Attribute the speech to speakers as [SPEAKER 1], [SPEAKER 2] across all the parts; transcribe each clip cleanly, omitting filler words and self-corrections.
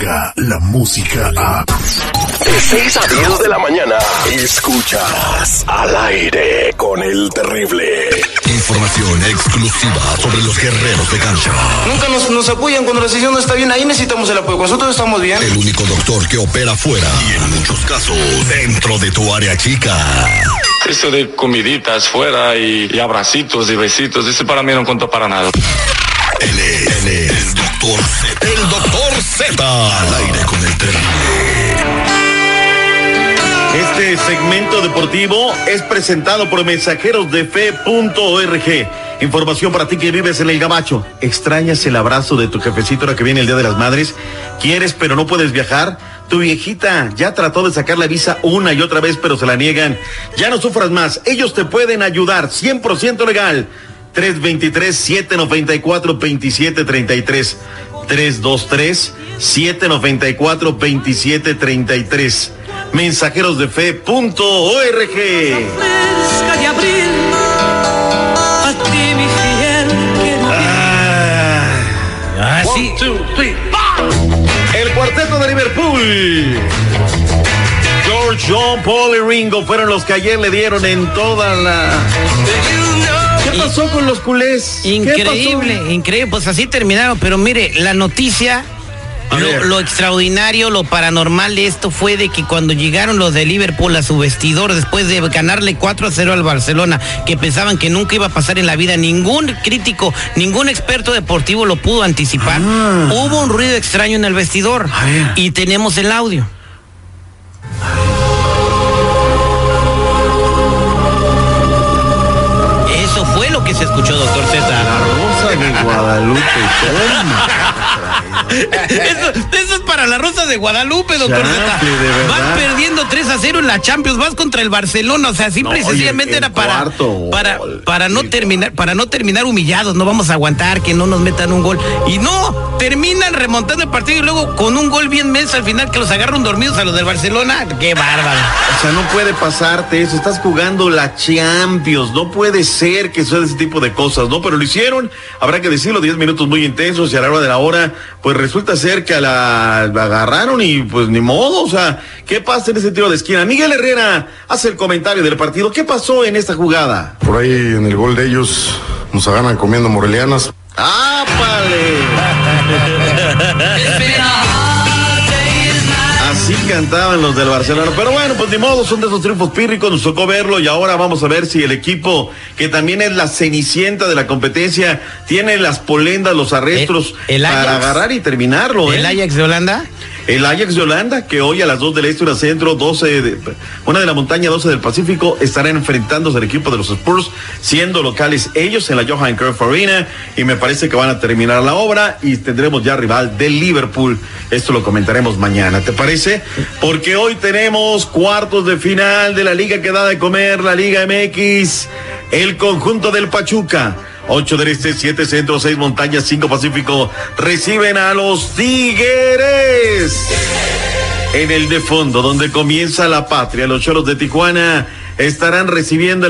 [SPEAKER 1] Descarga la música a... De 6 a 10 de la mañana, escuchas Al Aire con el Terrible. Información exclusiva sobre los guerreros de cancha.
[SPEAKER 2] Nunca nos apoyan cuando la sesión no está bien. Ahí necesitamos el apoyo. Nosotros estamos bien.
[SPEAKER 1] El único doctor que opera fuera y en muchos casos dentro de tu área chica.
[SPEAKER 3] Eso de comiditas fuera y abracitos y besitos, eso para mí no contó para nada.
[SPEAKER 1] Él es el Doctor Z. El Doctor Z. Al Aire con el Terrible.
[SPEAKER 4] Este segmento deportivo es presentado por mensajerosdefe.org. Información para ti que vives en el Gabacho. ¿Extrañas el abrazo de tu jefecito ahora que viene el Día de las Madres? ¿Quieres pero no puedes viajar? Tu viejita ya trató de sacar la visa una y otra vez, pero se la niegan. Ya no sufras más. Ellos te pueden ayudar. 100% legal. 323-794-2733. 323-794-2733. Mensajerosdefe.org.
[SPEAKER 5] Sí.
[SPEAKER 4] 1, 2, 3. El cuarteto de Liverpool. George, John, Paul y Ringo fueron los que ayer le dieron en toda la... ¿Qué pasó con los culés?
[SPEAKER 5] Increíble, pues así terminaron, pero mire, la noticia, lo extraordinario, lo paranormal de esto fue de que cuando llegaron los de Liverpool a su vestidor, después de ganarle 4-0 al Barcelona, que pensaban que nunca iba a pasar en la vida, ningún crítico, ningún experto deportivo lo pudo anticipar, hubo un ruido extraño en el vestidor, y tenemos el audio. Eso fue lo que se escuchó, doctor Z.
[SPEAKER 4] La Rosa de Guadalupe.
[SPEAKER 5] Eso es para la Rosa de Guadalupe, doctor Z. Vas perdiendo 3-0 en la Champions, vas contra el Barcelona, o sea, simple y sencillamente era para no terminar humillados, no vamos a aguantar que no nos metan un gol. Y no, terminan remontando el partido y luego con un gol bien menso al final que los agarran dormidos a los del Barcelona. ¡Qué bárbaro!
[SPEAKER 4] O sea, no puede pasarte eso, estás jugando la Champions, no puede ser que suceda ese tipo de cosas, ¿no? Pero lo hicieron, habrá que decirlo, 10 minutos muy intensos y a la hora de la hora, pues resulta ser que la agarraron y pues ni modo, o sea, ¿qué pasa en ese tiro de esquina? Miguel Herrera hace el comentario del partido, ¿qué pasó en esta jugada?
[SPEAKER 6] Por ahí en el gol de ellos nos ganan comiendo morelianas.
[SPEAKER 4] ¡Ápale! Así cantaban los del Barcelona, pero bueno, pues ni modo, son de esos triunfos pírricos, nos tocó verlo y ahora vamos a ver si el equipo, que también es la cenicienta de la competencia, tiene las polendas, los arrestos para agarrar y terminarlo.
[SPEAKER 5] ¿El Ajax de Holanda?
[SPEAKER 4] El Ajax de Holanda, que hoy a las 2 del Este, 1 Centro, 1 de la Montaña, 12 del Pacífico, estarán enfrentándose al equipo de los Spurs, siendo locales ellos en la Johan Cruyff Arena, y me parece que van a terminar la obra y tendremos ya rival del Liverpool. Esto lo comentaremos mañana, ¿te parece? Porque hoy tenemos cuartos de final de la Liga que da de comer, la Liga MX, el conjunto del Pachuca. 8 del Este, 7 Centro, 6 Montañas, 5 Pacífico, reciben a los Tigres. En el de fondo, donde comienza la patria, los Cholos de Tijuana estarán recibiendo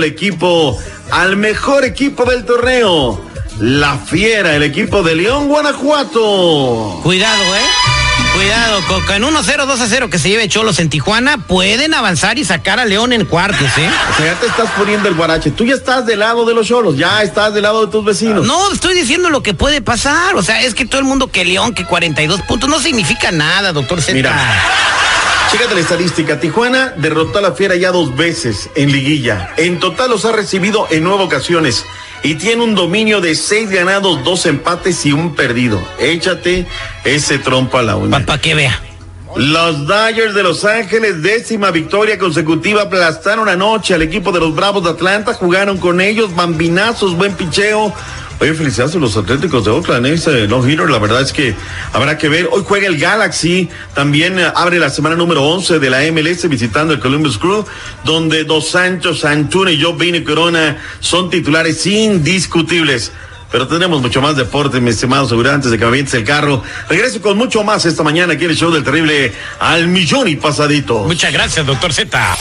[SPEAKER 4] al mejor equipo del torneo, la Fiera, el equipo de León, Guanajuato.
[SPEAKER 5] Cuidado, Cuidado, con 1-0, 2-0 que se lleve Cholos en Tijuana, pueden avanzar y sacar a León en cuartos,
[SPEAKER 4] O sea, ya te estás poniendo el guarache. Tú ya estás del lado de los Cholos, ya estás del lado de tus vecinos.
[SPEAKER 5] No, estoy diciendo lo que puede pasar. O sea, es que todo el mundo que León, que 42 puntos, no significa nada, doctor Z.
[SPEAKER 4] Mira, chécate la estadística. Tijuana derrotó a la Fiera ya 2 veces en liguilla. En total los ha recibido en 9 ocasiones. Y tiene un dominio de 6 ganados, 2 empates y 1 perdido. Échate ese trompo a la uña.
[SPEAKER 5] Para que vea.
[SPEAKER 4] Los Dodgers de Los Ángeles, 10ª victoria consecutiva, aplastaron anoche al equipo de los Bravos de Atlanta, jugaron con ellos, bambinazos, buen picheo. Oye, felicidades a los Atléticos de Oakland, ese no-hitter, la verdad es que habrá que ver. Hoy juega el Galaxy, también abre la semana número 11 de la MLS visitando el Columbus Crew, donde Dos Santos, Antuna y Jovini Corona son titulares indiscutibles. Pero tenemos mucho más deporte, mi estimado seguro, antes de que me avientes el carro. Regreso con mucho más esta mañana aquí en el show del Terrible al millón y pasadito.
[SPEAKER 5] Muchas gracias, doctor Z.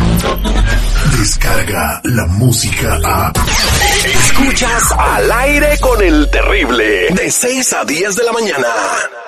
[SPEAKER 1] Descarga la música a... Escuchas Al Aire con el Terrible, de 6 a 10 de la mañana.